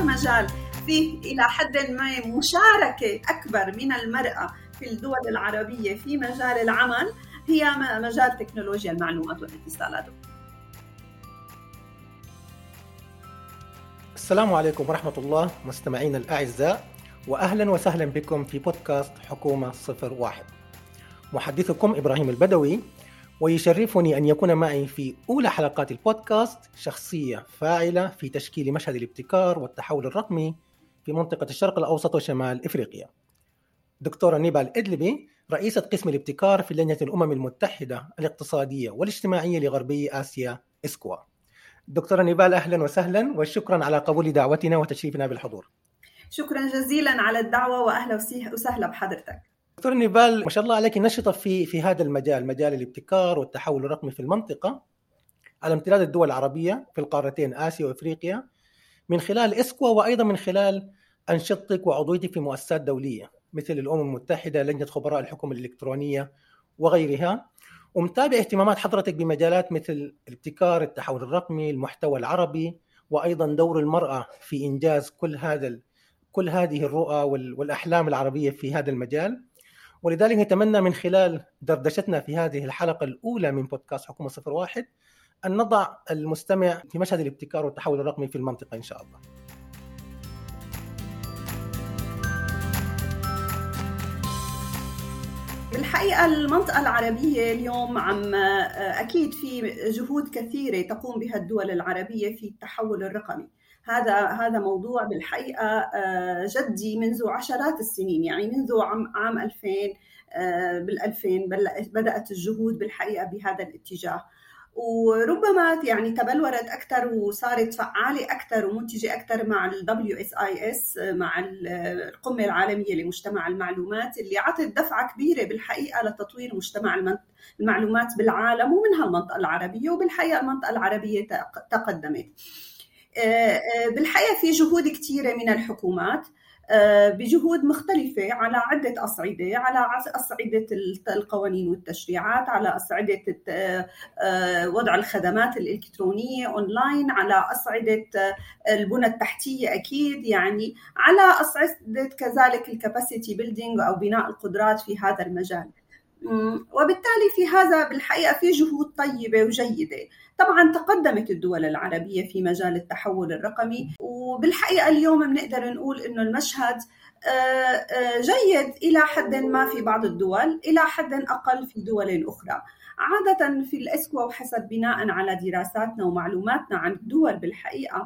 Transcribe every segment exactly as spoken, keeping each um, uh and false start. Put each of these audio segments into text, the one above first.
أكثر مجال فيه إلى حد ما مشاركة أكبر من المرأة في الدول العربية في مجال العمل هي مجال تكنولوجيا المعلومات والاتصالات. السلام عليكم ورحمة الله مستمعين الأعزاء، وأهلا وسهلا بكم في بودكاست حكومة صفر واحد. محدثكم إبراهيم البدوي، ويشرفني أن يكون معي في أولى حلقات البودكاست شخصية فاعلة في تشكيل مشهد الابتكار والتحول الرقمي في منطقة الشرق الأوسط وشمال إفريقيا. دكتورة نيبال إدلبي، رئيسة قسم الابتكار في لجنة الأمم المتحدة الاقتصادية والاجتماعية لغربي آسيا إسكوا. دكتورة نيبال، أهلا وسهلا وشكرا على قبول دعوتنا وتشريفنا بالحضور. شكرا جزيلا على الدعوة وأهلا وسهلا بحضرتك. دكتورة نيبال، ما شاء الله عليك نشطة في في هذا المجال، مجال الابتكار والتحول الرقمي في المنطقة على امتداد الدول العربية في القارتين آسيا وإفريقيا، من خلال إسكوا وأيضا من خلال أنشطتك وعضويتك في مؤسسات دولية مثل الأمم المتحدة، لجنة خبراء الحكومة الإلكترونية وغيرها. ومتابع اهتمامات حضرتك بمجالات مثل الابتكار، التحول الرقمي، المحتوى العربي، وأيضا دور المرأة في إنجاز كل هذا كل هذه الرؤى والأحلام العربية في هذا المجال. ولذلك نتمنى من خلال دردشتنا في هذه الحلقة الأولى من بودكاست حكومة صفر واحد أن نضع المستمع في مشهد الابتكار والتحول الرقمي في المنطقة إن شاء الله. بالحقيقة المنطقة العربية اليوم عم أكيد في جهود كثيرة تقوم بها الدول العربية في التحول الرقمي. هذا هذا موضوع بالحقيقة جدي منذ عشرات السنين، يعني منذ عام عام ألفين بالألفين بدأت الجهود بالحقيقة بهذا الاتجاه، وربما يعني تبلورت أكثر وصارت فعالة أكثر ومنتجة أكثر مع ال دبليو إس آي إس، مع القمة العالمية لمجتمع المعلومات، اللي عطت دفعة كبيرة بالحقيقة لتطوير مجتمع المعلومات بالعالم ومنها المنطقة العربية. وبالحقيقة المنطقة العربية تقدمت بالحقيقة في جهود كثيرة من الحكومات بجهود مختلفة على عدة أصعدة، على أصعدة القوانين والتشريعات، على أصعدة وضع الخدمات الإلكترونية أونلاين، على أصعدة البنى التحتية أكيد، يعني على أصعدة كذلك الكاباسيتي بيلدينج أو بناء القدرات في هذا المجال. وبالتالي في هذا بالحقيقة في جهود طيبة وجيدة. طبعا تقدمت الدول العربية في مجال التحول الرقمي، وبالحقيقة اليوم بنقدر نقول إنه المشهد جيد إلى حد ما في بعض الدول، إلى حد أقل في دول أخرى. عادة في الإسكوا وحسب بناء على دراساتنا ومعلوماتنا عن الدول بالحقيقة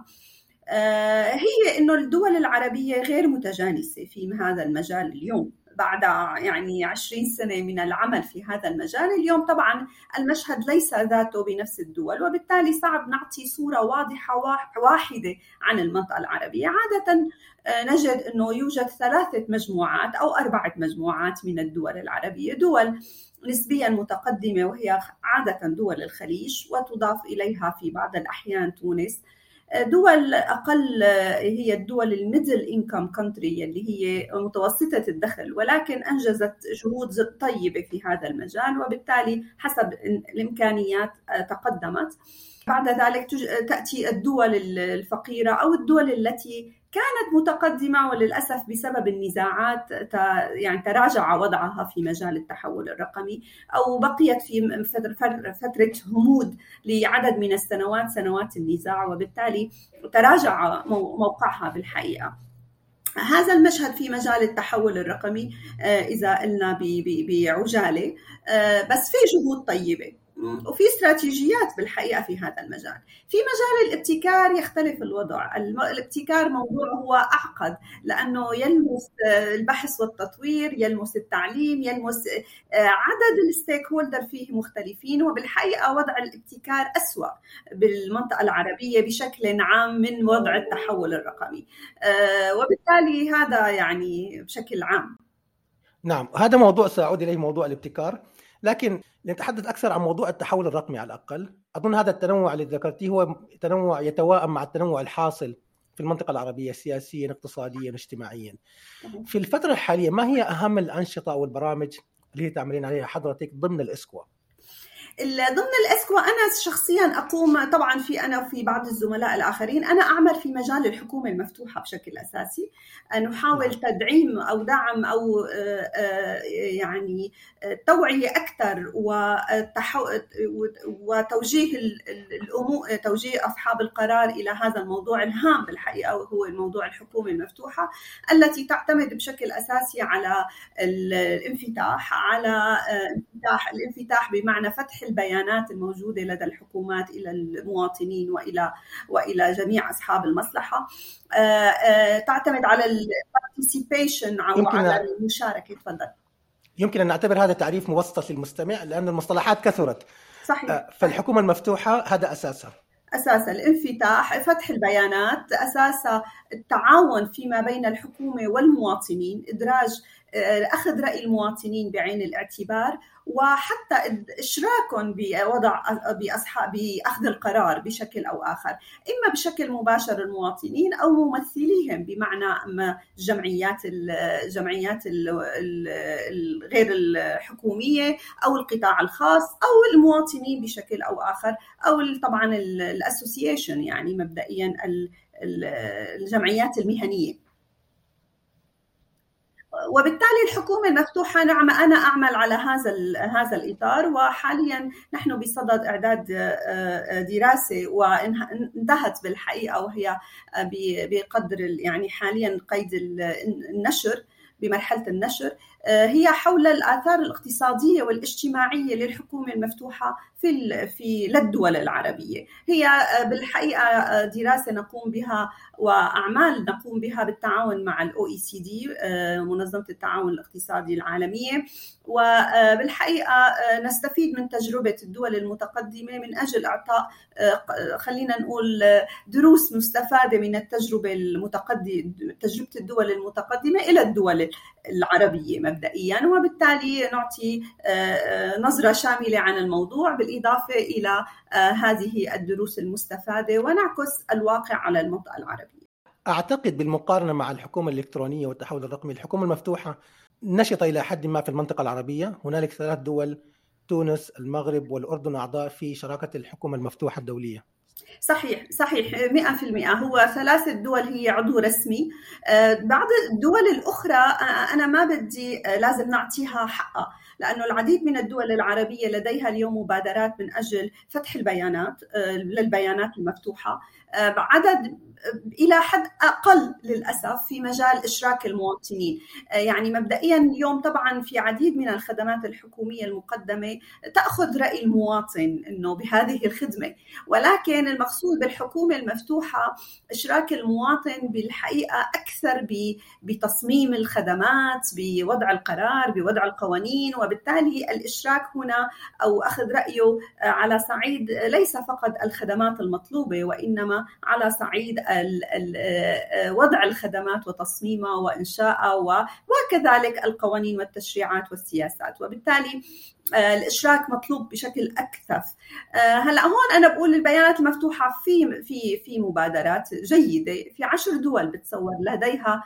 هي إنه الدول العربية غير متجانسة في هذا المجال اليوم بعد يعني عشرين سنة من العمل في هذا المجال. اليوم طبعا المشهد ليس ذاته بنفس الدول، وبالتالي صعب نعطي صورة واضحة واحدة عن المنطقة العربية. عادة نجد أنه يوجد ثلاثة مجموعات أو أربعة مجموعات من الدول العربية، دول نسبيا متقدمة وهي عادة دول الخليج، وتضاف إليها في بعض الأحيان تونس. دول أقل هي الدول الميدل إنكم كونتري اللي هي متوسطة الدخل، ولكن أنجزت جهود طيبة في هذا المجال، وبالتالي حسب الإمكانيات تقدمت. بعد ذلك تأتي الدول الفقيرة أو الدول التي كانت متقدمة وللأسف بسبب النزاعات يعني تراجع وضعها في مجال التحول الرقمي، أو بقيت في فترة همود لعدد من السنوات سنوات النزاع، وبالتالي تراجع موقعها بالحقيقة. هذا المشهد في مجال التحول الرقمي إذا قلنا بعجالة، بس في جهود طيبة وفي استراتيجيات بالحقيقة في هذا المجال. في مجال الابتكار يختلف الوضع. الابتكار موضوع هو أعقد، لأنه يلمس البحث والتطوير، يلمس التعليم، يلمس عدد الستيك هولدر فيه مختلفين، وبالحقيقة وضع الابتكار أسوأ بالمنطقة العربية بشكل عام من وضع التحول الرقمي، وبالتالي هذا يعني بشكل عام. نعم، هذا موضوع سأعود إليه، موضوع الابتكار. لكن نتحدث أكثر عن موضوع التحول الرقمي على الأقل. أظن هذا التنوع اللي ذكرتيه هو تنوع يتوائم مع التنوع الحاصل في المنطقة العربية سياسيا، اقتصاديا، اجتماعيا. في الفترة الحالية ما هي أهم الأنشطة أو البرامج اللي تعملين عليها حضرتك ضمن الإسكوا؟ ضمن الاسكوا انا شخصيا اقوم، طبعا في انا وفي بعض الزملاء الاخرين، انا اعمل في مجال الحكومه المفتوحه بشكل اساسي، نحاول تدعيم او دعم او يعني توعيه اكثر وتوجيه الامور، توجيه اصحاب القرار الى هذا الموضوع الهام بالحقيقه، وهو الموضوع الحكومه المفتوحه التي تعتمد بشكل اساسي على الانفتاح، على انفتاح الانفتاح بمعنى فتح البيانات الموجودة لدى الحكومات إلى المواطنين وإلى وإلى جميع أصحاب المصلحة، تعتمد على البارتيسيبيشن أو على المشاركة. تفضل. يمكن أن نعتبر هذا تعريف مبسط للمستمع لأن المصطلحات كثرت. صحيح. فالحكومة المفتوحة هذا أساسها أساسا الانفتاح، فتح البيانات، أساسا التعاون فيما بين الحكومة والمواطنين، إدراج أخذ رأي المواطنين بعين الاعتبار، وحتى إشراكهم بوضع بأصحاب بأخذ القرار بشكل أو آخر، إما بشكل مباشر المواطنين أو ممثليهم، بمعنى الجمعيات الجمعيات الغير الحكومية أو القطاع الخاص أو المواطنين بشكل أو آخر، أو طبعا الأسوسيشن يعني مبدئيا الجمعيات المهنية. وبالتالي الحكومة المفتوحة، نعم أنا أعمل على هذا هذا الإطار، وحاليا نحن بصدد إعداد دراسة وانتهت بالحقيقة، وهي بقدر يعني حاليا قيد النشر، بمرحلة النشر، هي حول الآثار الاقتصادية والاجتماعية للحكومة المفتوحة في في للدول العربية. هي بالحقيقة دراسة نقوم بها وأعمال نقوم بها بالتعاون مع الأو إي سي دي، منظمة التعاون الاقتصادي العالمية، وبالحقيقة نستفيد من تجربة الدول المتقدمة من أجل إعطاء خلينا نقول دروس مستفادة من التجربة المتقدمة، تجربة الدول المتقدمة إلى الدول العربية مبدئيا، وبالتالي نعطي نظرة شاملة عن الموضوع بالإضافة إلى هذه الدروس المستفادة، ونعكس الواقع على المنطقة العربية. أعتقد بالمقارنة مع الحكومة الإلكترونية والتحول الرقمي، الحكومة المفتوحة نشطة إلى حد ما في المنطقة العربية. هنالك ثلاث دول، تونس، المغرب والأردن، أعضاء في شراكة الحكومة المفتوحة الدولية. صحيح صحيح مئة في المئة. هو ثلاث دول هي عضو رسمي. بعض الدول الأخرى أنا ما بدي لازم نعطيها حقها، لأنه العديد من الدول العربية لديها اليوم مبادرات من أجل فتح البيانات للبيانات المفتوحة، عدد إلى حد أقل للأسف في مجال إشراك المواطنين. يعني مبدئيا اليوم طبعا في عديد من الخدمات الحكومية المقدمة تأخذ رأي المواطن إنه بهذه الخدمة، ولكن المقصود بالحكومة المفتوحة إشراك المواطن بالحقيقة أكثر بتصميم الخدمات، بوضع القرار، بوضع القوانين، وبالتالي الإشراك هنا أو أخذ رأيه على صعيد ليس فقط الخدمات المطلوبة، وإنما على صعيد وضع الخدمات وتصميمها وإنشائها، وكذلك القوانين والتشريعات والسياسات، وبالتالي الإشراك مطلوب بشكل أكثف. هلا هون أنا بقول البيانات المفتوحة في في في مبادرات جيدة في عشر دول بتصور لديها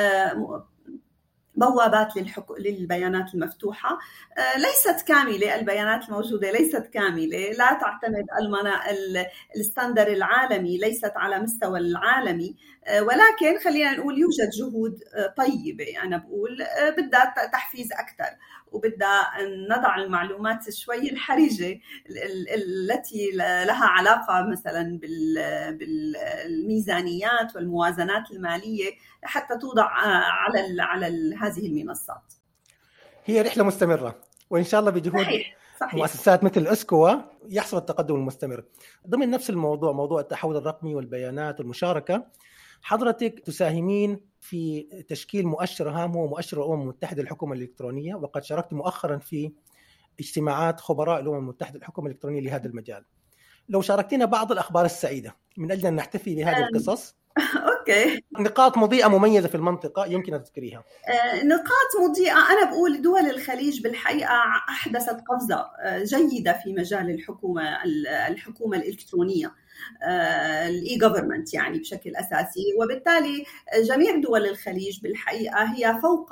بوابات للحكو... للبيانات المفتوحة، ليست كاملة، البيانات الموجودة ليست كاملة، لا تعتمد المنا... الستاندر العالمي، ليست على مستوى العالمي، ولكن خلينا نقول يوجد جهود طيبة. أنا بقول بدها تحفيز أكثر، وبدها نضع المعلومات شوي الحرجة التي لها علاقة مثلا بالميزانيات والموازنات المالية حتى توضع على على هذه المنصات. هي رحلة مستمرة، وإن شاء الله بجهود صحيح. صحيح. مؤسسات مثل الأسكوا يحصل التقدم المستمر. ضمن نفس الموضوع، موضوع التحول الرقمي والبيانات والمشاركة، حضرتك تساهمين في تشكيل مؤشر هام هو مؤشر الأمم المتحدة الحكومة الإلكترونية، وقد شاركت مؤخرا في اجتماعات خبراء الأمم المتحدة الحكومة الإلكترونية لهذا المجال. لو شاركتنا بعض الأخبار السعيدة من أجل أن نحتفي بهذه القصص. أوكي. نقاط مضيئة مميزة في المنطقة يمكن أن تذكريها. آه، نقاط مضيئة، أنا بقول دول الخليج بالحقيقة أحدثت قفزة جيدة في مجال الحكومة الحكومة الإلكترونية، الاي جوفرمنت يعني بشكل اساسي، وبالتالي جميع دول الخليج بالحقيقه هي فوق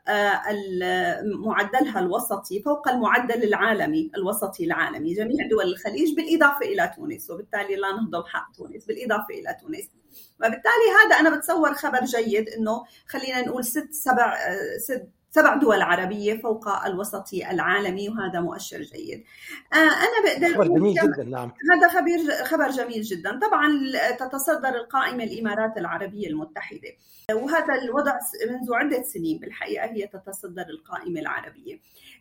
معدلها الوسطي، فوق المعدل العالمي الوسطي العالمي، جميع دول الخليج بالاضافه الى تونس، وبالتالي لا نهضم حق تونس بالاضافه الى تونس. وبالتالي هذا انا بتصور خبر جيد انه خلينا نقول ست سبع ست سبع دول عربية فوق الوسطي العالمي، وهذا مؤشر جيد. أنا بقدر خبر جميل جدا. نعم، هذا خبر خبر جميل جدا. طبعا تتصدر القائمة الإمارات العربية المتحدة، وهذا الوضع منذ عدة سنين بالحقيقة هي تتصدر القائمة العربية.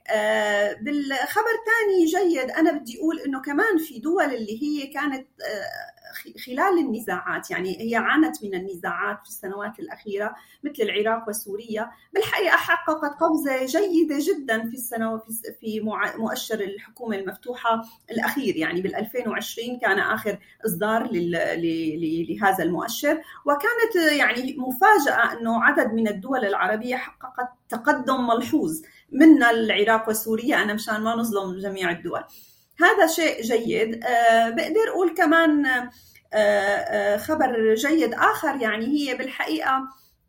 بالخبر ثاني جيد أنا بدي أقول إنه كمان في دول اللي هي كانت خلال النزاعات، يعني هي عانت من النزاعات في السنوات الأخيرة مثل العراق وسوريا، بالحقيقة حققت قفزة جيدة جدا في السنة في مؤشر الحكومة المفتوحة الأخير، يعني بالألفين وعشرين كان آخر إصدار لهذا المؤشر، وكانت يعني مفاجأة أنه عدد من الدول العربية حققت تقدم ملحوظ، من العراق وسوريا، أنا مشان ما نظلم جميع الدول. هذا شيء جيد. أه بقدر أقول كمان أه خبر جيد آخر، يعني هي بالحقيقة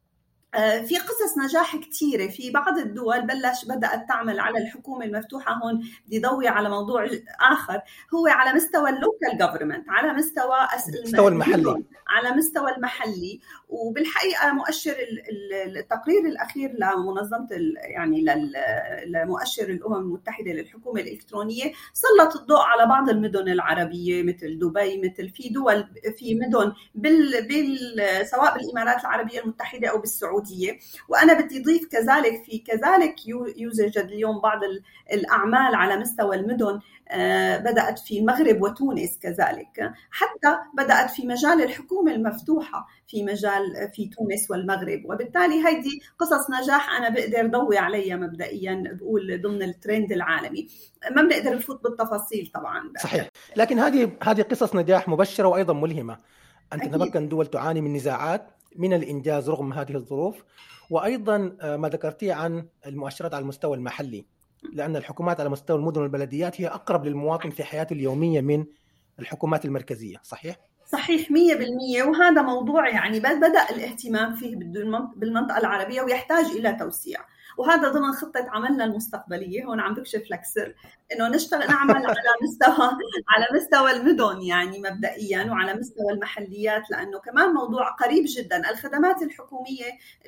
في قصص نجاح كثيرة في بعض الدول بلش بدأت تعمل على الحكومة المفتوحة. هون بدي ضوي على موضوع آخر، هو على مستوى اللوكال جوفرمنت، على مستوى المستوى المحلي، على مستوى المحلي. وبالحقيقة مؤشر التقرير الأخير لمنظمة يعني لمؤشر الأمم المتحدة للحكومة الإلكترونية سلط الضوء على بعض المدن العربية مثل دبي، مثل في دول في مدن بال, بال سواء بالإمارات العربية المتحدة أو بالسعودية. وأنا بدي أضيف كذلك في كذلك يوجد اليوم بعض الأعمال على مستوى المدن بدأت في المغرب وتونس كذلك، حتى بدأت في مجال الحكومة المفتوحة في مجال في تونس والمغرب. وبالتالي هيدي قصص نجاح أنا بقدر ضوي عليها مبدئيا، بقول ضمن الترند العالمي، ما بنقدر نفوت بالتفاصيل طبعا. صحيح، لكن هذه هذه قصص نجاح مبشرة وأيضا ملهمة أن تتمكن دول تعاني من نزاعات من الإنجاز رغم هذه الظروف. وأيضا ما ذكرتيه عن المؤشرات على المستوى المحلي، لأن الحكومات على مستوى المدن والبلديات هي أقرب للمواطن في حياته اليومية من الحكومات المركزية. صحيح؟ صحيح مية بالمية. وهذا موضوع يعني بدأ الاهتمام فيه بالمنطقة العربية ويحتاج إلى توسيع، وهذا ضمن خطة عملنا المستقبلية. هون عم بكشف لك سر إنه نشتغل نعمل على مستوى على مستوى المدن يعني مبدئيا، وعلى مستوى المحليات، لأنه كمان موضوع قريب جدا. الخدمات الحكومية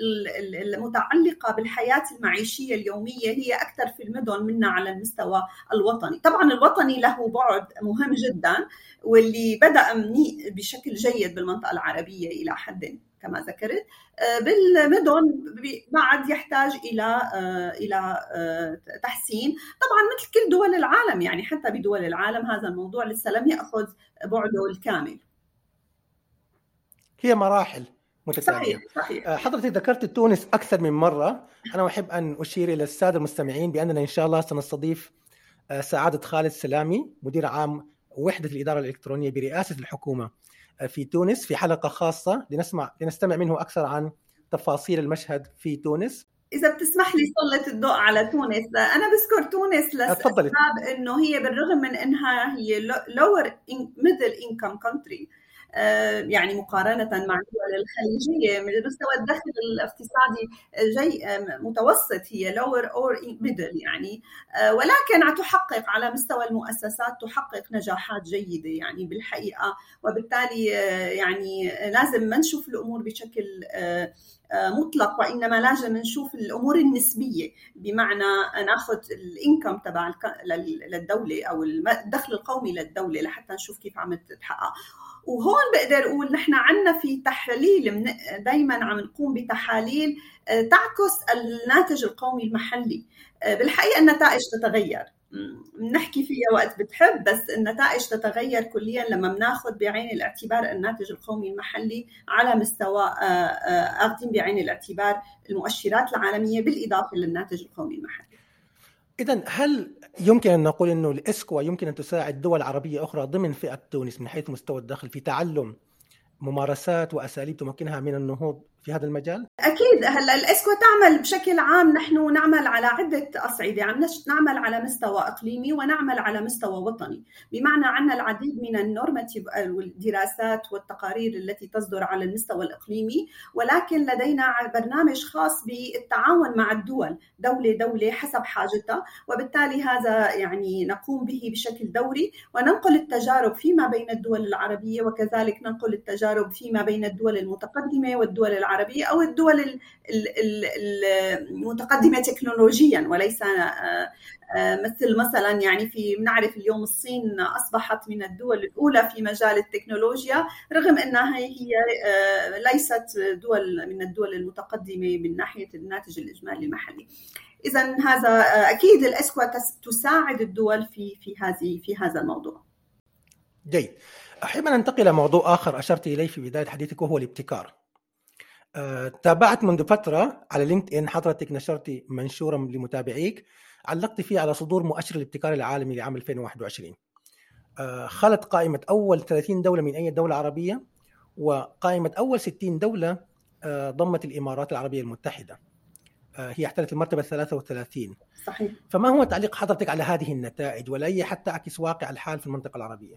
المتعلقة بالحياة المعيشية اليومية هي أكثر في المدن منا على المستوى الوطني. طبعا الوطني له بعد مهم جدا، واللي بدأ بشكل جيد بالمنطقة العربية إلى حد كما ذكرت. بالمدن بعد يحتاج إلى إلى تحسين طبعا مثل كل دول العالم، يعني حتى بدول العالم هذا الموضوع لسه لم يأخذ بعده الكامل، هي مراحل متتالية. صحيح صحيح. حضرتك ذكرت تونس أكثر من مرة، أنا أحب أن أشير إلى السادة المستمعين بأننا إن شاء الله سنستضيف سعادة خالد سلامي، مدير عام وحدة الإدارة الإلكترونية برئاسة الحكومة في تونس، في حلقة خاصة لنسمع لنستمع منه أكثر عن تفاصيل المشهد في تونس. إذا بتسمح لي سلط الضوء على تونس. أنا بذكر تونس لأسباب إنه هي بالرغم من إنها هي lower middle income country، يعني مقارنة مع الدول الخليجية من مستوى الدخل الاقتصادي جي متوسط، هي lower or middle يعني، ولكن تحقق على مستوى المؤسسات تحقق نجاحات جيدة يعني بالحقيقة. وبالتالي يعني لازم ما نشوف الأمور بشكل مطلق، وإنما لازم نشوف الأمور النسبية، بمعنى ناخذ الإنكم تبع للدولة أو الدخل القومي للدولة لحتى نشوف كيف عم تتحقق. وهون بقدر أقول نحن عنا في تحليل دايما عم نقوم بتحاليل تعكس الناتج القومي المحلي. بالحقيقة النتائج تتغير، نحكي فيها وقت بتحب، بس النتائج تتغير كليا لما بناخذ بعين الاعتبار الناتج القومي المحلي على مستوى أخذين بعين الاعتبار المؤشرات العالمية بالإضافة للناتج القومي المحلي. إذن هل يمكن أن نقول أنه الإسكوا يمكن أن تساعد دول عربية أخرى ضمن فئة تونس من حيث مستوى الدخل في تعلم ممارسات وأساليب تمكنها من النهوض في هذا المجال؟ أكيد. هلا الإسكوا تعمل بشكل عام، نحن نعمل على عدة أصعدة، عم نعمل على مستوى إقليمي ونعمل على مستوى وطني، بمعنى عنا العديد من النورماتيف والدراسات والتقارير التي تصدر على المستوى الإقليمي، ولكن لدينا برنامج خاص بالتعاون مع الدول دولة دولة حسب حاجتها، وبالتالي هذا يعني نقوم به بشكل دوري وننقل التجارب فيما بين الدول العربية، وكذلك ننقل التجارب فيما بين الدول المتقدمة والدول العربية العربية أو الدول المتقدمة تكنولوجيا، وليس مثل مثلا يعني في بنعرف اليوم الصين أصبحت من الدول الأولى في مجال التكنولوجيا، رغم أنها هي ليست دول من الدول المتقدمة من ناحية الناتج الإجمالي المحلي. إذن هذا أكيد الإسكوا تساعد الدول في في هذه في هذا الموضوع. جيد. أحب أن ننتقل إلى موضوع آخر أشرت إليه في بداية حديثك، وهو الابتكار. أه، تابعت منذ فترة على لينكد إن حضرتك نشرتي منشورا لمتابعيك علقت فيه على صدور مؤشر الابتكار العالمي لعام ألفين وواحد وعشرين. أه، خلت قائمة أول ثلاثين دولة من أي دولة عربية، وقائمة أول ستين دولة أه، ضمت الإمارات العربية المتحدة، أه، هي احتلت المرتبة الثلاثة وثلاثين. صحيح. فما هو تعليق حضرتك على هذه النتائج، ولا هي حتى تعكس واقع الحال في المنطقة العربية؟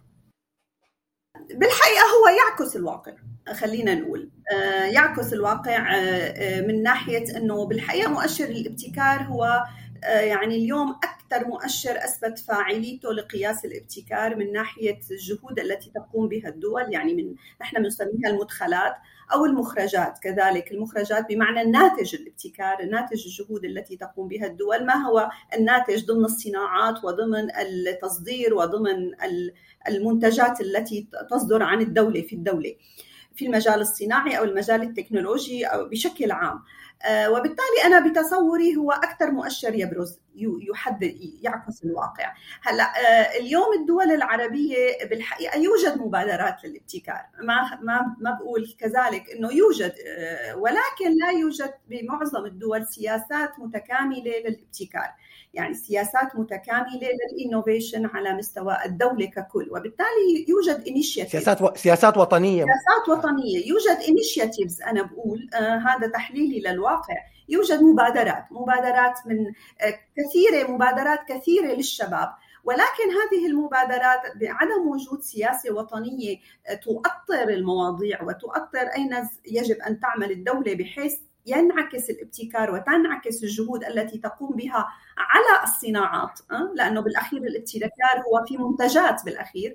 بالحقيقة هو يعكس الواقع، خلينا نقول يعكس الواقع من ناحية أنه بالحقيقة مؤشر الابتكار هو يعني اليوم أكثر مؤشر أثبت فاعليته لقياس الابتكار من ناحية الجهود التي تقوم بها الدول، يعني من نحن بنسميها المدخلات أو المخرجات، كذلك المخرجات بمعنى الناتج الابتكار، ناتج الجهود التي تقوم بها الدول، ما هو الناتج ضمن الصناعات وضمن التصدير وضمن المنتجات التي تصدر عن الدولة في الدولة في المجال الصناعي أو المجال التكنولوجي أو بشكل عام. وبالتالي أنا بتصوري هو أكثر مؤشر يبرز يحدد يعكس الواقع. هلا اليوم الدول العربية بالحقيقة يوجد مبادرات للابتكار، ما ما ما بقول كذلك إنه يوجد، ولكن لا يوجد بمعظم الدول سياسات متكاملة للابتكار، يعني سياسات متكاملة للإنوفيشن على مستوى الدولة ككل، وبالتالي يوجد initiatives سياسات و... سياسات وطنية سياسات وطنية يوجد initiatives. أنا بقول آه هذا تحليلي للواقع. يوجد مبادرات مبادرات من آه كثيرة مبادرات كثيرة للشباب، ولكن هذه المبادرات بعدم وجود سياسة وطنية آه تؤطر المواضيع وتؤطر أين يجب أن تعمل الدولة بحيث ينعكس الابتكار وتنعكس الجهود التي تقوم بها على الصناعات، لأنه بالأخير الابتكار هو في منتجات بالأخير.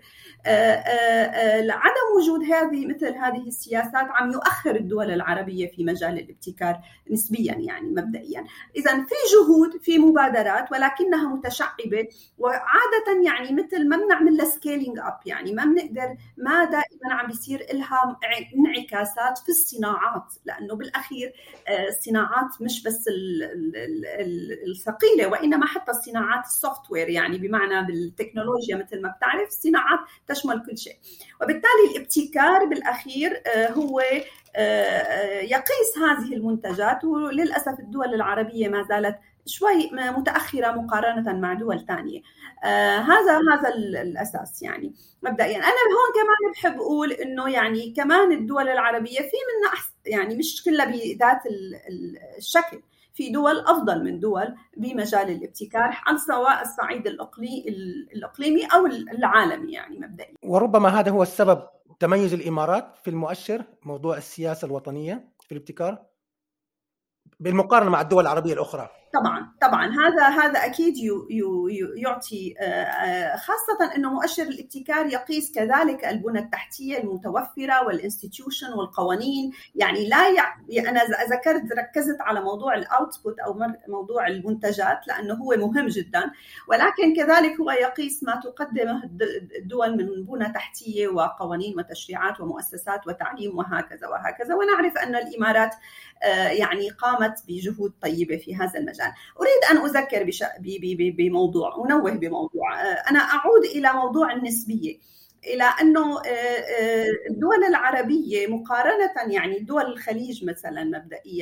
عدم وجود هذه مثل هذه السياسات عم يؤخر الدول العربية في مجال الابتكار نسبيا، يعني مبدئيا. إذن في جهود في مبادرات ولكنها متشعبة، وعادة يعني مثل ما بنعمل لها سكيلينج أب، يعني ما بنقدر ما دائما عم بيصير لها انعكاسات في الصناعات، لأنه بالأخير الصناعات مش بس الثقيلة وإنما حتى الصناعات السوفت وير، يعني بمعنى بالتكنولوجيا مثل ما بتعرف الصناعات تشمل كل شيء. وبالتالي الابتكار بالأخير هو يقيس هذه المنتجات، وللأسف الدول العربية ما زالت شوي متأخرة مقارنة مع دول تانية. آه هذا هذا الأساس يعني مبدئيا. أنا هون كمان بحب أقول إنه يعني كمان الدول العربية في منها يعني مش كلها بذات الشكل، في دول أفضل من دول بمجال الابتكار على سواء الصعيد الإقليمي أو العالمي يعني مبدئيا. وربما هذا هو السبب تميز الإمارات في المؤشر، موضوع السياسة الوطنية في الابتكار بالمقارنة مع الدول العربية الأخرى. طبعا طبعا هذا هذا اكيد يعطي، خاصه انه مؤشر الابتكار يقيس كذلك البنى التحتيه المتوفره والانستتيوشن والقوانين، يعني لا يعني انا ذكرت ركزت على موضوع الاوتبوت او موضوع المنتجات لانه هو مهم جدا، ولكن كذلك هو يقيس ما تقدمه الدول من بنى تحتيه وقوانين وتشريعات ومؤسسات وتعليم وهكذا وهكذا. ونعرف ان الامارات يعني قامت بجهود طيبه في هذا المجال. أريد أن أذكر بش... بموضوع أنوه بموضوع، أنا أعود إلى موضوع النسبية، إلى أنه الدول العربية مقارنة يعني دول الخليج مثلا مبدئيا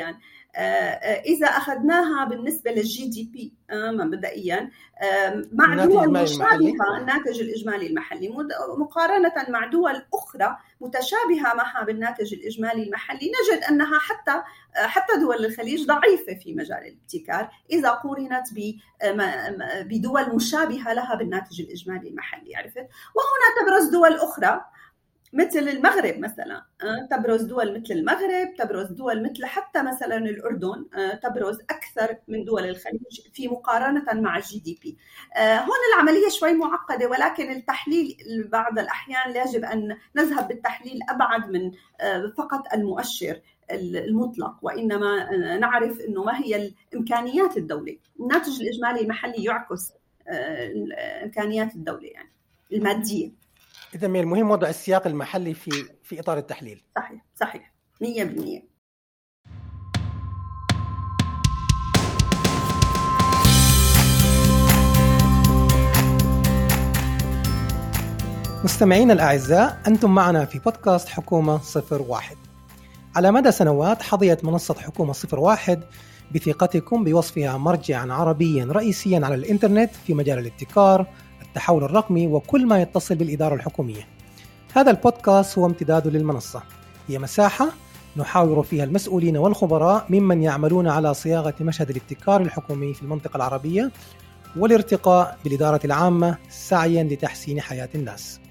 إذا أخذناها بالنسبة للجي دي بي مبدئيا مع دول مشابهة، الناتج الإجمالي المحلي مقارنة مع دول أخرى متشابهة معها بالناتج الإجمالي المحلي، نجد أنها حتى حتى دول الخليج ضعيفة في مجال الابتكار إذا قورنت بدول مشابهة لها بالناتج الإجمالي المحلي، عرفت؟ وهنا تبرز دول أخرى مثل المغرب مثلا، تبرز دول مثل المغرب، تبرز دول مثل حتى مثلا الأردن، تبرز أكثر من دول الخليج في مقارنة مع الجي دي بي. هون العملية شوي معقدة، ولكن التحليل بعض الأحيان يجب أن نذهب بالتحليل أبعد من فقط المؤشر المطلق، وإنما نعرف إنه ما هي إمكانيات الدولة. الناتج الإجمالي المحلي يعكس إمكانيات الدولة يعني المادية. إذا من المهم وضع السياق المحلي في في إطار التحليل. صحيح صحيح مية بالمية. مستمعينا الأعزاء، أنتم معنا في بودكاست حكومة صفر واحد. على مدى سنوات حظيت منصة حكومة صفر واحد بثقتكم بوصفها مرجعا عربيا رئيسيا على الإنترنت في مجال الابتكار، التحول الرقمي وكل ما يتصل بالإدارة الحكومية. هذا البودكاست هو امتداد للمنصة، هي مساحة نحاور فيها المسؤولين والخبراء ممن يعملون على صياغة مشهد الابتكار الحكومي في المنطقة العربية والارتقاء بالإدارة العامة سعيا لتحسين حياة الناس.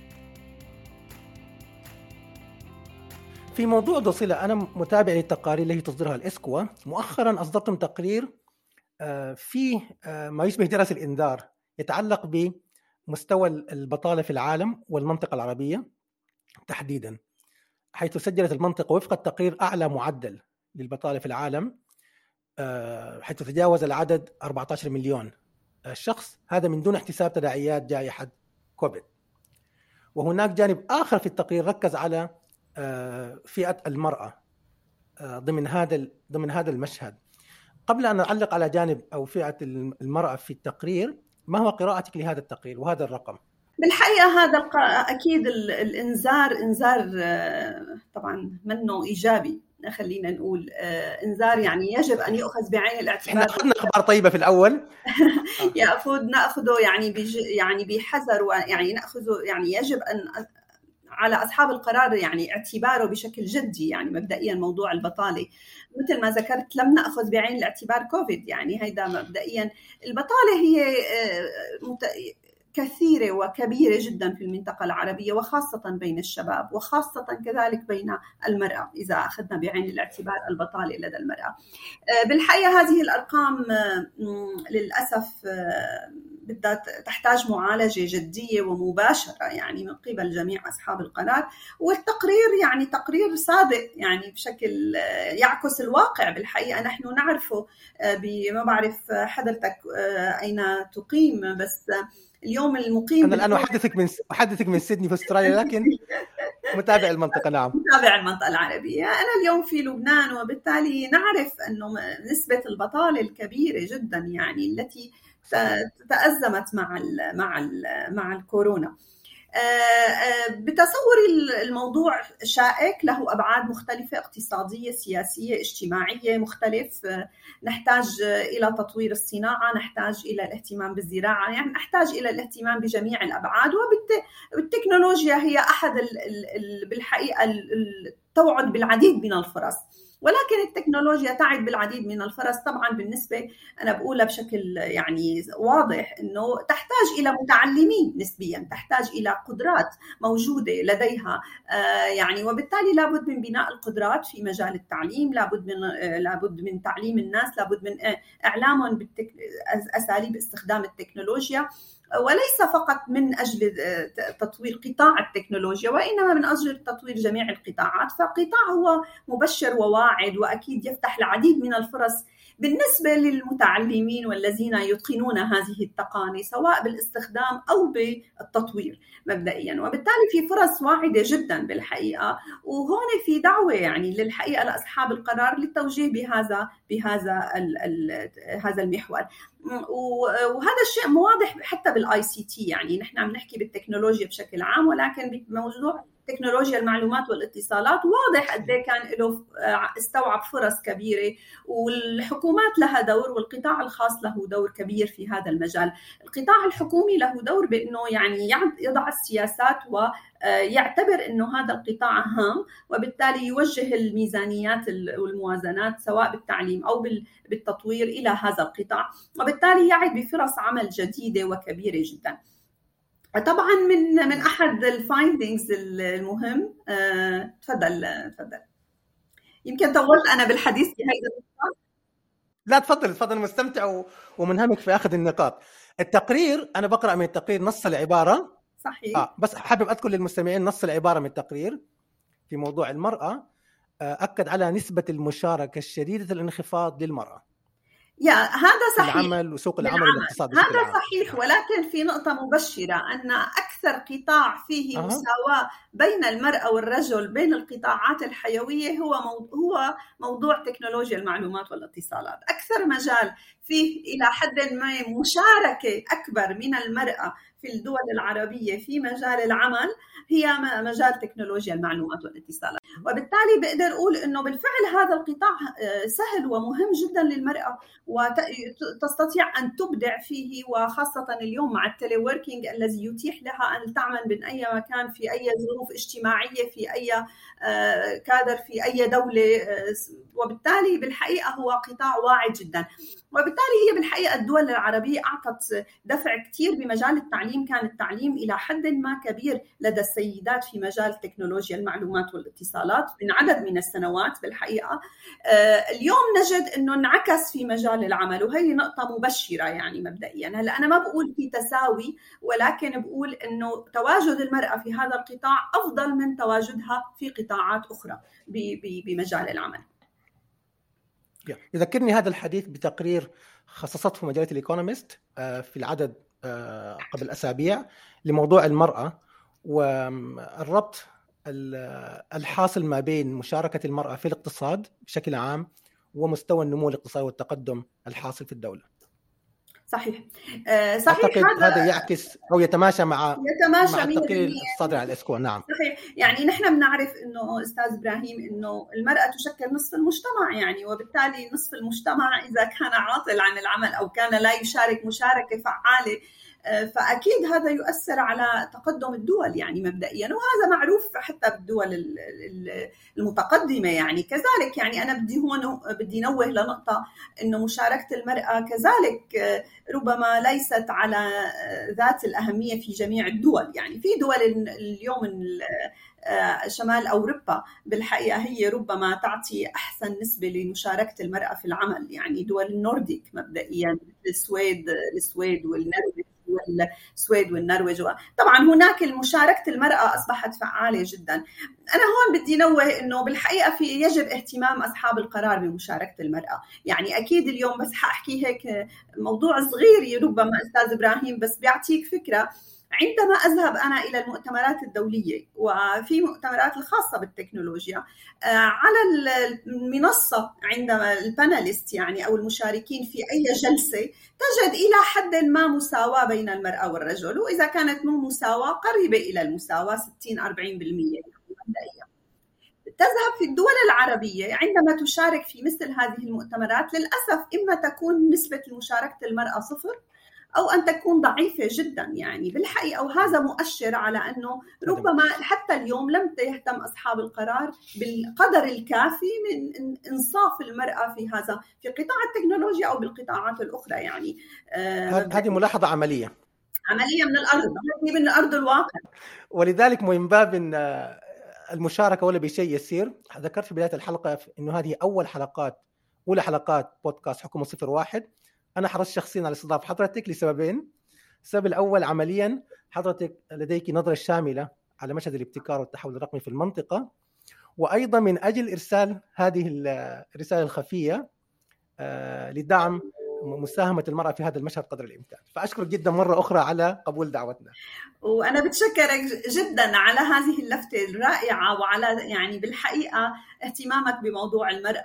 في موضوع دوصلة، أنا متابع للتقارير التي تصدرها الإسكوا. مؤخرا أصدرتم تقرير فيه ما يشبه جرس الإنذار يتعلق بمستوى البطالة في العالم والمنطقة العربية تحديدا، حيث سجلت المنطقة وفق التقرير أعلى معدل للبطالة في العالم، حيث تجاوز العدد أربعة عشر مليون شخص، هذا من دون احتساب تداعيات جائحة كوفيد. وهناك جانب آخر في التقرير ركز على فئة المرأة ضمن هذا ضمن هذا المشهد. قبل أن أعلق على جانب أو فئة المرأة في التقرير، ما هو قراءتك لهذا التقرير وهذا الرقم؟ بالحقيقة هذا أكيد الإنذار إنذار طبعا منه إيجابي، خلينا نقول إنذار يعني يجب أن يؤخذ بعين الاعتبار. إحنا أخذنا أخبار طيبة في الأول يأخذ نأخذه يعني بج يعني بحذر، ويعني نأخذه يعني يجب أن على أصحاب القرار يعني اعتباره بشكل جدي. يعني مبدئيا موضوع البطالة مثل ما ذكرت لم نأخذ بعين الاعتبار كوفيد، يعني هيدا مبدئيا البطالة هي كثيرة وكبيرة جدا في المنطقة العربية، وخاصة بين الشباب، وخاصة كذلك بين المرأة إذا أخذنا بعين الاعتبار البطالة لدى المرأة. بالحقيقة هذه الأرقام للأسف بدها تحتاج معالجة جدية ومباشرة يعني من قبل جميع أصحاب القرار. والتقرير يعني تقرير صادق يعني بشكل يعكس الواقع. بالحقيقة نحن نعرفه، ما بعرف حضرتك أين تقيم، بس اليوم المقيم أنا الآن أحدثك من أحدثك من سيدني في أستراليا، لكن متابع المنطقة. نعم، متابع المنطقة العربية. أنا اليوم في لبنان، وبالتالي نعرف أنه نسبة البطالة الكبيرة جدا يعني التي تأزمت مع ال مع ال مع الكورونا. بتصوري الموضوع شائك، له أبعاد مختلفة، اقتصادية، سياسية، اجتماعية، مختلف. نحتاج إلى تطوير الصناعة، نحتاج إلى الاهتمام بالزراعة، يعني نحتاج إلى الاهتمام بجميع الأبعاد. والتكنولوجيا هي أحد بالحقيقة توعد بالعديد من الفرص، ولكن التكنولوجيا تعد بالعديد من الفرص. طبعا بالنسبة أنا بقولها بشكل يعني واضح أنه تحتاج إلى متعلمين نسبيا، تحتاج إلى قدرات موجودة لديها يعني، وبالتالي لابد من بناء القدرات في مجال التعليم، لابد من لابد من تعليم الناس، لابد من إعلامهم بأساليب استخدام التكنولوجيا، وليس فقط من أجل تطوير قطاع التكنولوجيا، وإنما من أجل تطوير جميع القطاعات. فقطاع هو مبشر وواعد، وأكيد يفتح العديد من الفرص بالنسبة للمتعلمين والذين يتقنون هذه التقنية سواء بالاستخدام أو بالتطوير مبدئيا. وبالتالي في فرص واعدة جدا بالحقيقة، وهون في دعوة يعني للحقيقة لأصحاب القرار للتوجيه بهذا بهذا هذا المحور. وهذا الشيء واضح حتى بالاي سي تي، يعني نحن عم نحكي بالتكنولوجيا بشكل عام، ولكن بموضوع تكنولوجيا المعلومات والاتصالات واضح قد ايه كان له استوعب فرص كبيره، والحكومات لها دور والقطاع الخاص له دور كبير في هذا المجال. القطاع الحكومي له دور بانه يعني يضع السياسات ويعتبر انه هذا القطاع هام، وبالتالي يوجه الميزانيات والموازنات سواء بالتعليم او بالتطوير الى هذا القطاع، وبالتالي يعد بفرص عمل جديده وكبيره جدا. طبعا من من احد الفايندينجز المهم أه، تفضل تفضل يمكن طولت انا بالحديث في هذه النقطه. لا تفضل تفضل، مستمتع ومنهمك في اخذ النقاط. التقرير انا بقرا من التقرير نص العباره صحيح اه بس حابب اذكر للمستمعين نص العباره من التقرير في موضوع المراه، اكد على نسبه المشاركه الشديده الانخفاض للمراه يا هذا صحيح العمل وسوق العمل والاقتصاد. هذا صحيح، ولكن في نقطة مبشرة أن أكثر قطاع فيه أه. مساواة بين المرأة والرجل بين القطاعات الحيوية هو هو موضوع تكنولوجيا المعلومات والاتصالات. أكثر مجال فيه إلى حد ما مشاركة أكبر من المرأة في الدول العربية في مجال العمل هي مجال تكنولوجيا المعلومات والاتصالات، وبالتالي بقدر أقول أنه بالفعل هذا القطاع سهل ومهم جدا للمرأة وتستطيع أن تبدع فيه، وخاصة اليوم مع التيلي ووركينج الذي يتيح لها أن تعمل من أي مكان في أي ظروف اجتماعية في أي كادر في أي دولة، وبالتالي بالحقيقة هو قطاع واعد جدا. وبالتالي هي بالحقيقة الدول العربية أعطت دفع كتير بمجال التعليم، كان التعليم إلى حد ما كبير لدى السيدات في مجال تكنولوجيا المعلومات والاتصالات من عدد من السنوات بالحقيقة. اليوم نجد أنه انعكس في مجال العمل، وهي نقطة مبشرة يعني مبدئيا. هلأ أنا ما بقول في تساوي، ولكن بقول أنه تواجد المرأة في هذا القطاع أفضل من تواجدها في قطاعات أخرى بمجال العمل. يذكرني هذا الحديث بتقرير خصصته مجلة الإيكونومست في العدد قبل أسابيع لموضوع المرأة والربط الحاصل ما بين مشاركة المرأة في الاقتصاد بشكل عام ومستوى النمو الاقتصادي والتقدم الحاصل في الدولة. صحيح صحيح هذا, هذا يعكس أو يتماشى مع يتماشى مع التقرير الصادر على الإسكو. نعم صحيح. يعني نحن بنعرف إنه أستاذ إبراهيم إنه المرأة تشكل نصف المجتمع، يعني وبالتالي نصف المجتمع إذا كان عاطل عن العمل أو كان لا يشارك مشاركة فعالة فأكيد هذا يؤثر على تقدم الدول يعني مبدئيا، وهذا معروف حتى بالدول المتقدمة يعني كذلك. يعني أنا بدي هون بدي نوه لنقطة إنه مشاركة المرأة كذلك ربما ليست على ذات الأهمية في جميع الدول. يعني في دول اليوم شمال أوروبا بالحقيقة هي ربما تعطي أحسن نسبة لمشاركة المرأة في العمل، يعني دول النورديك مبدئيا السويد السويد والنرويج والسويد والنرويج. طبعا هناك المشاركة المرأة أصبحت فعالة جدا. أنا هون بدي نوه إنه بالحقيقة في يجب اهتمام أصحاب القرار بمشاركة المرأة. يعني أكيد اليوم بس حأحكي هيك موضوع صغير ربما أستاذ إبراهيم بس بيعطيك فكرة. عندما أذهب أنا إلى المؤتمرات الدولية وفي مؤتمرات الخاصة بالتكنولوجيا على المنصة عندما الباناليست يعني أو المشاركين في أي جلسة تجد إلى حد ما مساواة بين المرأة والرجل، وإذا كانت مو مساواة قريبة إلى المساواة ستين أربعين بالمئة. تذهب في الدول العربية عندما تشارك في مثل هذه المؤتمرات للأسف إما تكون نسبة مشاركة المرأة صفر أو أن تكون ضعيفة جدا يعني بالحقيقة، وهذا مؤشر على أنه ربما حتى اليوم لم يهتم أصحاب القرار بالقدر الكافي من إنصاف المرأة في هذا في قطاع التكنولوجيا أو بالقطاعات الأخرى. يعني آه هذه ملاحظة عملية عملية من الأرض من أرض الواقع، ولذلك من باب المشاركة ولا بشيء يسير ذكرت في بداية الحلقة إنه هذه أول حلقات أولى حلقات بودكاست حكومة صفر واحد. أنا حرصت شخصياً على استضافة حضرتك لسببين. السبب الأول عملياً حضرتك لديك نظرة شاملة على مشهد الابتكار والتحول الرقمي في المنطقة، وأيضاً من أجل إرسال هذه الرسالة الخفية لدعم مساهمة المرأة في هذا المشهد قدر الإمكان. فأشكرك جداً مرة أخرى على قبول دعوتنا. وأنا بتشكرك جداً على هذه اللفتة الرائعة وعلى يعني بالحقيقة اهتمامك بموضوع المرأة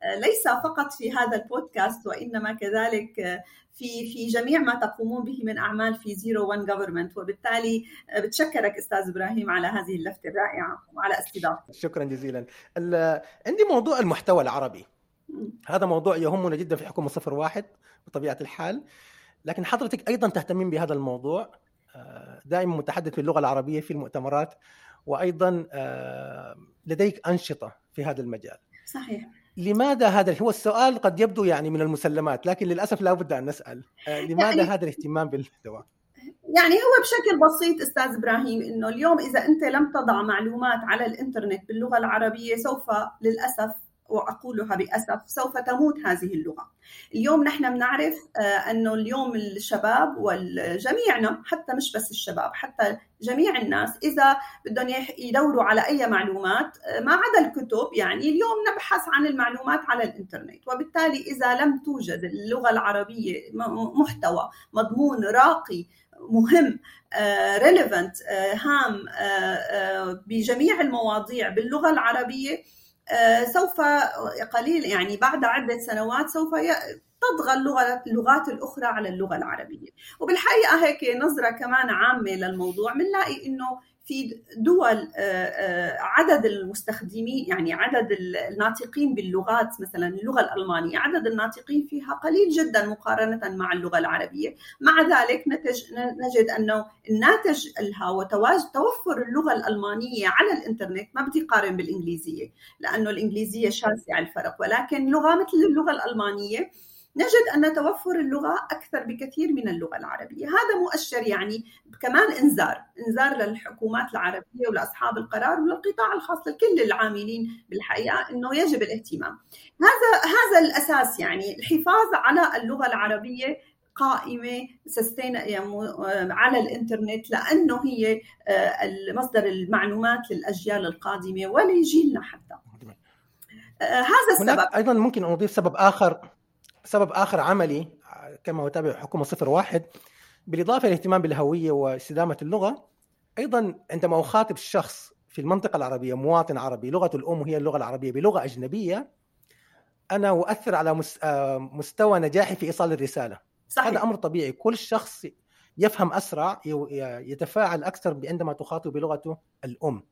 ليس فقط في هذا البودكاست وإنما كذلك في في جميع ما تقومون به من أعمال في زيرو وان جوفرمنت. وبالتالي بتشكرك أستاذ إبراهيم على هذه اللفتة الرائعة وعلى استضافتك. شكرا جزيلا. عندي موضوع المحتوى العربي، هذا موضوع يهمنا جدا في حكومة صفر واحد بطبيعة الحال، لكن حضرتك أيضا تهتمين بهذا الموضوع، دائما متحدث باللغة العربية في المؤتمرات، وأيضا لديك أنشطة في هذا المجال. صحيح. لماذا هذا؟ هو السؤال قد يبدو يعني من المسلمات، لكن للأسف لا بد أن نسأل لماذا يعني هذا الاهتمام بالمحتوى؟ يعني هو بشكل بسيط أستاذ إبراهيم، إنه اليوم إذا أنت لم تضع معلومات على الإنترنت باللغة العربية سوف للأسف، وأقولها بأسف، سوف تموت هذه اللغة. اليوم نحن بنعرف أنه اليوم الشباب والجميعنا، حتى مش بس الشباب، حتى جميع الناس إذا بدهم يدوروا على أي معلومات ما عدا الكتب، يعني اليوم نبحث عن المعلومات على الإنترنت. وبالتالي إذا لم توجد اللغة العربية محتوى مضمون راقي مهم relevant هام بجميع المواضيع باللغة العربية، سوف قليل يعني بعد عدة سنوات سوف تطغى اللغات الأخرى على اللغة العربية. وبالحقيقة هيك نظرة كمان عامة للموضوع، بنلاقي إنه في دول عدد المستخدمين، يعني عدد الناطقين باللغات، مثلا اللغة الألمانية عدد الناطقين فيها قليل جدا مقارنة مع اللغة العربية. مع ذلك نجد أنه الناتج لها وتوفر اللغة الألمانية على الإنترنت ما بدي قارن بالإنجليزية، لأنه الإنجليزية شاسع الفرق، ولكن لغة مثل اللغة الألمانية نجد أن توفر اللغة أكثر بكثير من اللغة العربية. هذا مؤشر، يعني كمان إنذار إنذار للحكومات العربية ولأصحاب القرار وللقطاع الخاص لكل العاملين بالحقيقة أنه يجب الاهتمام. هذا هذا الأساس، يعني الحفاظ على اللغة العربية قائمة سستين على الإنترنت، لأنه هي مصدر المعلومات للأجيال القادمة ولجيلنا حتى. هذا السبب. أيضا ممكن أضيف سبب آخر سبب آخر عملي كما يتابع حكومة صفر واحد، بالإضافة للاهتمام بالهوية واستدامة اللغة. أيضا عندما أخاطب الشخص في المنطقة العربية، مواطن عربي لغة الأم هي اللغة العربية بلغة أجنبية، أنا أؤثر على مستوى نجاحي في إيصال الرسالة. صحيح. هذا أمر طبيعي، كل شخص يفهم أسرع، يتفاعل أكثر عندما تخاطب بلغته الأم.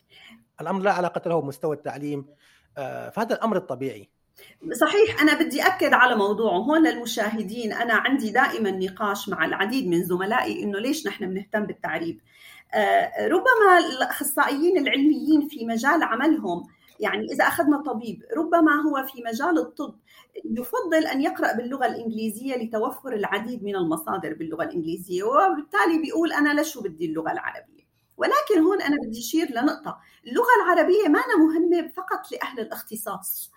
الأمر لا علاقة له بمستوى التعليم، فهذا الأمر الطبيعي. صحيح. أنا بدي أكد على موضوع هون للمشاهدين. أنا عندي دائما نقاش مع العديد من زملائي إنه ليش نحن بنهتم بالتعريب. آه ربما الأخصائيين العلميين في مجال عملهم، يعني إذا أخذنا طبيب ربما هو في مجال الطب يفضل أن يقرأ باللغة الإنجليزية لتوفر العديد من المصادر باللغة الإنجليزية، وبالتالي بيقول أنا لشو بدي اللغة العربية. ولكن هون أنا بدي أشير لنقطة، اللغة العربية ما أنا مهمة فقط لأهل الاختصاص.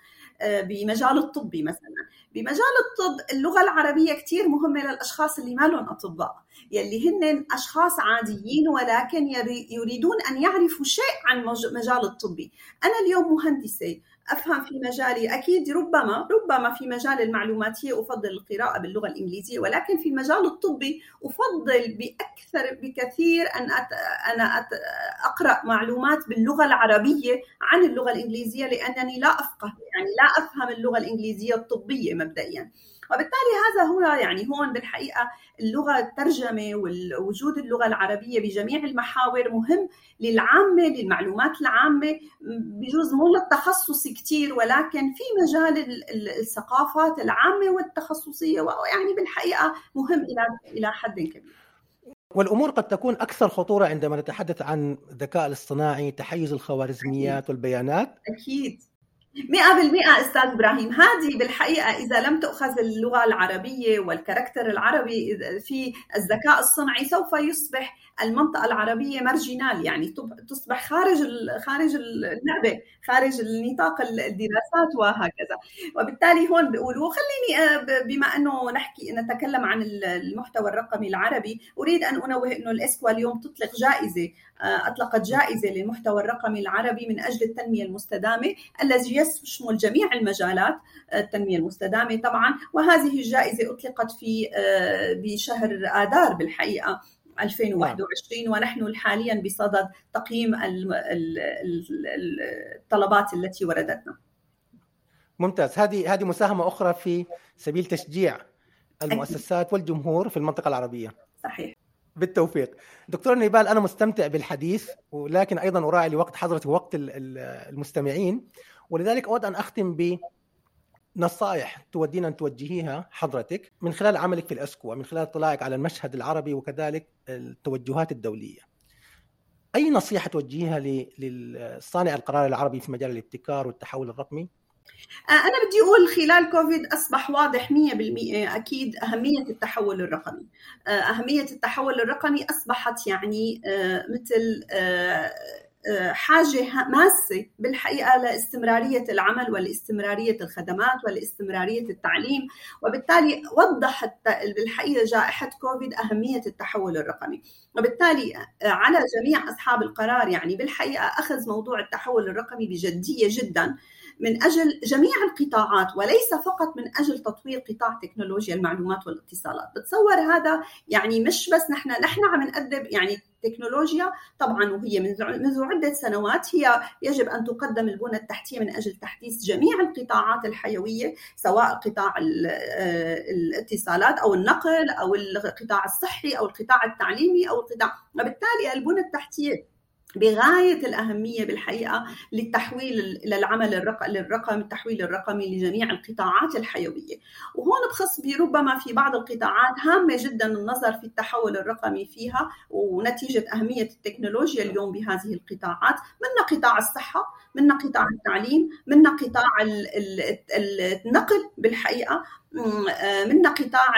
بمجال الطبي مثلا، بمجال الطب اللغة العربية كتير مهمة للأشخاص اللي ما لهم أطباء، يلي هن أشخاص عاديين ولكن يريدون أن يعرفوا شيء عن مجال الطبي. أنا اليوم مهندسة أفهم في مجالي، أكيد ربما ربما في مجال المعلوماتية أفضل القراءة باللغة الإنجليزية، ولكن في المجال الطبي أفضل بأكثر بكثير أن أت... أنا أت... أقرأ معلومات باللغة العربية عن اللغة الإنجليزية، لأنني لا أفقه، يعني لا أفهم اللغة الإنجليزية الطبية مبدئيا. وبالتالي هذا هو يعني هون بالحقيقة اللغة الترجمة ووجود اللغة العربية بجميع المحاور مهم للعامة، للمعلومات العامة، بجوز مو للتخصص كتير ولكن في مجال الثقافات العامة والتخصصية، ويعني بالحقيقة مهم إلى إلى حد كبير. والأمور قد تكون أكثر خطورة عندما نتحدث عن الذكاء الاصطناعي، تحيز الخوارزميات والبيانات. أكيد مئة بالمئة أستاذ إبراهيم. هذه بالحقيقة إذا لم تؤخذ اللغة العربية والكاركتر العربي في الذكاء الصنعي سوف يصبح المنطقة العربية مارجينال، يعني تصبح خارج خارج اللعبة، خارج النطاق الدراسات وهكذا. وبالتالي هون بيقولوا خليني بما أنه نحكي نتكلم عن المحتوى الرقمي العربي، أريد أن أنوه أنه الإسكوا اليوم تطلق جائزة، أطلقت جائزة للمحتوى الرقمي العربي من أجل التنمية المستدامة الذي يشمل جميع المجالات التنمية المستدامة طبعا. وهذه الجائزة أطلقت في بشهر آذار بالحقيقة ألفين وواحد وعشرين، ونحن حاليا بصدد تقييم الطلبات التي وردتنا. ممتاز. هذه هذه مساهمة أخرى في سبيل تشجيع المؤسسات والجمهور في المنطقة العربية. صحيح. بالتوفيق. دكتور نيبال، أنا مستمتع بالحديث، ولكن أيضا أراعي لوقت حضرتك ووقت المستمعين، ولذلك أود أن أختم بنصائح تودينا أن توجهيها حضرتك من خلال عملك في الأسكوا، من خلال اطلاعك على المشهد العربي وكذلك التوجهات الدولية. أي نصيحة توجهيها للصانع القرار العربي في مجال الابتكار والتحول الرقمي؟ أنا بدي أقول خلال كوفيد أصبح واضح مية بالمية أكيد أهمية التحول الرقمي. أهمية التحول الرقمي أصبحت يعني مثل حاجة ماسة بالحقيقة لاستمرارية العمل ولاستمرارية الخدمات ولاستمرارية التعليم، وبالتالي وضحت بالحقيقة جائحة كوفيد أهمية التحول الرقمي. وبالتالي على جميع أصحاب القرار يعني بالحقيقة أخذ موضوع التحول الرقمي بجدية جداً من أجل جميع القطاعات، وليس فقط من أجل تطوير قطاع تكنولوجيا المعلومات والاتصالات. بتصور هذا يعني مش بس نحن نحن عم نقدم يعني تكنولوجيا طبعا، وهي منذ عدة سنوات هي يجب أن تقدم البنى التحتية من أجل تحديث جميع القطاعات الحيوية، سواء قطاع الاتصالات أو النقل أو القطاع الصحي أو القطاع التعليمي أو القطاع. وبالتالي البنى التحتية بغاية الأهمية بالحقيقة للتحويل للعمل الرقمي للرقم التحويل الرقمي لجميع القطاعات الحيوية. وهون بخص بربما في بعض القطاعات هامة جدا النظر في التحول الرقمي فيها، ونتيجة أهمية التكنولوجيا اليوم بهذه القطاعات، منها قطاع الصحة، منها قطاع التعليم، منها قطاع النقل بالحقيقة، منها قطاع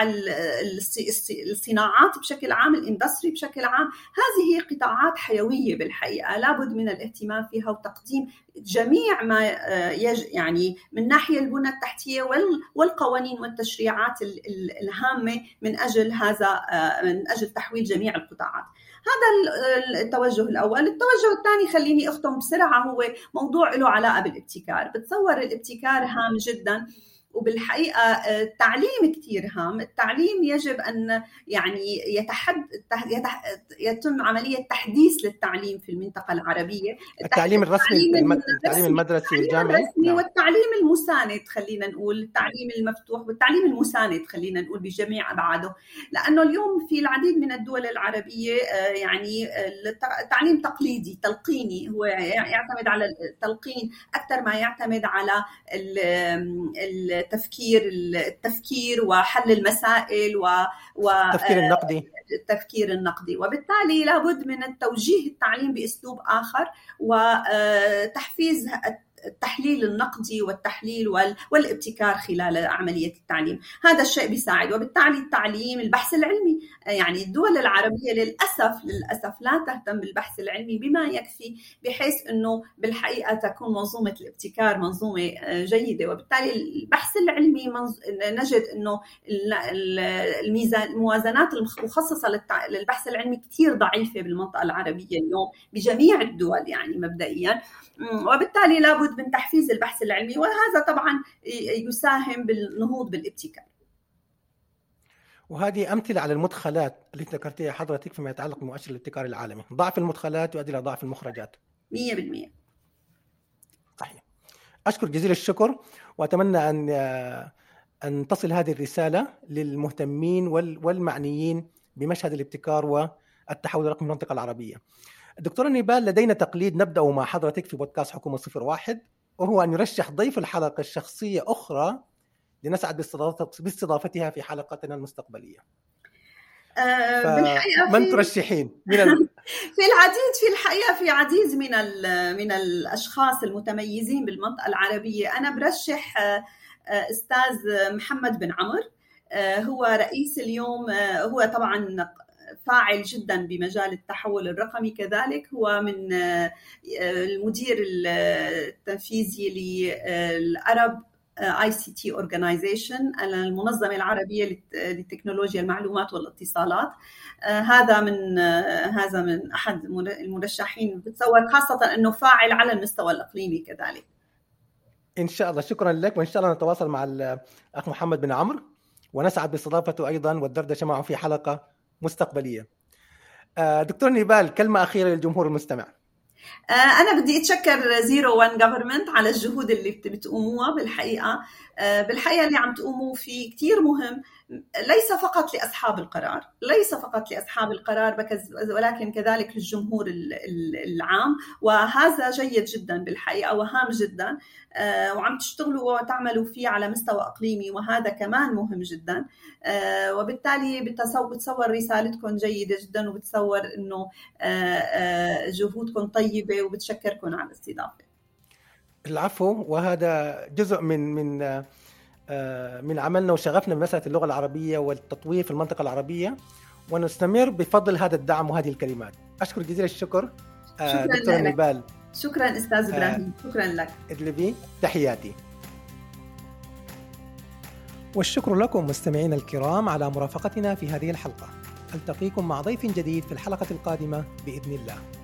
الصناعات بشكل عام، الاندستري بشكل عام. هذه هي قطاعات حيوية بالحقيقة لابد من الاهتمام فيها وتقديم جميع ما يج يعني من ناحية البنى التحتية والقوانين والتشريعات الهامة من أجل هذا من أجل تحويل جميع القطاعات. هذا التوجه الأول. التوجه الثاني خليني أختم بسرعة، هو موضوع له علاقة بالابتكار. بتصور الابتكار هام جدا، وبالحقيقة التعليم كتير هام. التعليم يجب أن يعني يتحد يتم عملية تحديث للتعليم في المنطقة العربية. التعليم الرسمي، التعليم المدرسي والجامعي والتعليم المساند، خلينا نقول التعليم المفتوح والتعليم المساند خلينا نقول بجميع أبعاده. لأنه اليوم في العديد من الدول العربية يعني التعليم تقليدي تلقيني، هو يعتمد على التلقين أكثر ما يعتمد على التفكير التفكير وحل المسائل والتفكير النقدي التفكير النقدي. وبالتالي لابد من التوجيه التعليم بأسلوب آخر وتحفيز التحليل النقدي والتحليل والابتكار خلال عملية التعليم. هذا الشيء بيساعد. وبالتالي التعليم، البحث العلمي، يعني الدول العربية للأسف للأسف لا تهتم بالبحث العلمي بما يكفي، بحيث أنه بالحقيقة تكون منظومة الابتكار منظومة جيدة. وبالتالي البحث العلمي منظ... نجد أنه الميزان الموازنات المخصصة للبحث العلمي كتير ضعيفة بالمنطقة العربية اليوم بجميع الدول يعني مبدئيا. وبالتالي لابد من تحفيز البحث العلمي، وهذا طبعا يساهم بالنهوض بالابتكار. وهذه أمثلة على المدخلات اللي ذكرتيها حضرتك فيما يتعلق بمؤشر الابتكار العالمي. ضعف المدخلات يؤدي إلى ضعف المخرجات. مية بالمية. صحيح. أشكر جزيل الشكر، وأتمنى أن أن تصل هذه الرسالة للمهتمين والمعنيين بمشهد الابتكار والتحول الرقمي في المنطقة العربية. دكتورة نيبال، لدينا تقليد نبدأ مع حضرتك في بودكاست حكومة صفر واحد، وهو أن يرشح ضيف الحلقة الشخصية أخرى لنسعد باستضافتها في حلقتنا المستقبلية. بالحقيقة من ترشحين؟ من ال... في العديد في الحقيقة في عديد من من الأشخاص المتميزين بالمنطقة العربية. أنا برشح أستاذ محمد بن عمر، هو رئيس اليوم، هو طبعاً فاعل جدا بمجال التحول الرقمي، كذلك هو من المدير التنفيذي للعرب آي سي تي Organization، المنظمة العربية للتكنولوجيا المعلومات والاتصالات. هذا من هذا من أحد المرشحين، بتصور خاصة أنه فاعل على المستوى الإقليمي كذلك. إن شاء الله. شكرا لك، وإن شاء الله نتواصل مع الأخ محمد بن عمرو ونسعد باستضافته أيضا والدردشة معه في حلقة مستقبلية. دكتور نيبال، كلمة أخيرة للجمهور المستمع. أنا بدي أتشكر زيرو وان جوفرمنت على الجهود اللي بتقوموها. بالحقيقة بالحقيقة اللي عم تقوموا فيه كتير مهم، ليس فقط لأصحاب القرار، ليس فقط لأصحاب القرار ولكن كذلك للجمهور العام، وهذا جيد جدا بالحقيقة وهام جدا، وعم تشتغلوا وتعملوا فيه على مستوى إقليمي، وهذا كمان مهم جدا. وبالتالي بتصور رسالتكم جيدة جدا، وبتصور إنه جهودكم طيبة، وبتشكركم على الاستضافة. العفو، وهذا جزء من من من عملنا وشغفنا بمسألة اللغة العربية والتطوير في المنطقة العربية، ونستمر بفضل هذا الدعم وهذه الكلمات. أشكر جزيل الشكر دكتورة نيبال. شكرا أستاذ إبراهيم. شكرا لك إدلبي، تحياتي. والشكر لكم مستمعينا الكرام على مرافقتنا في هذه الحلقة. ألتقيكم مع ضيف جديد في الحلقة القادمة بإذن الله.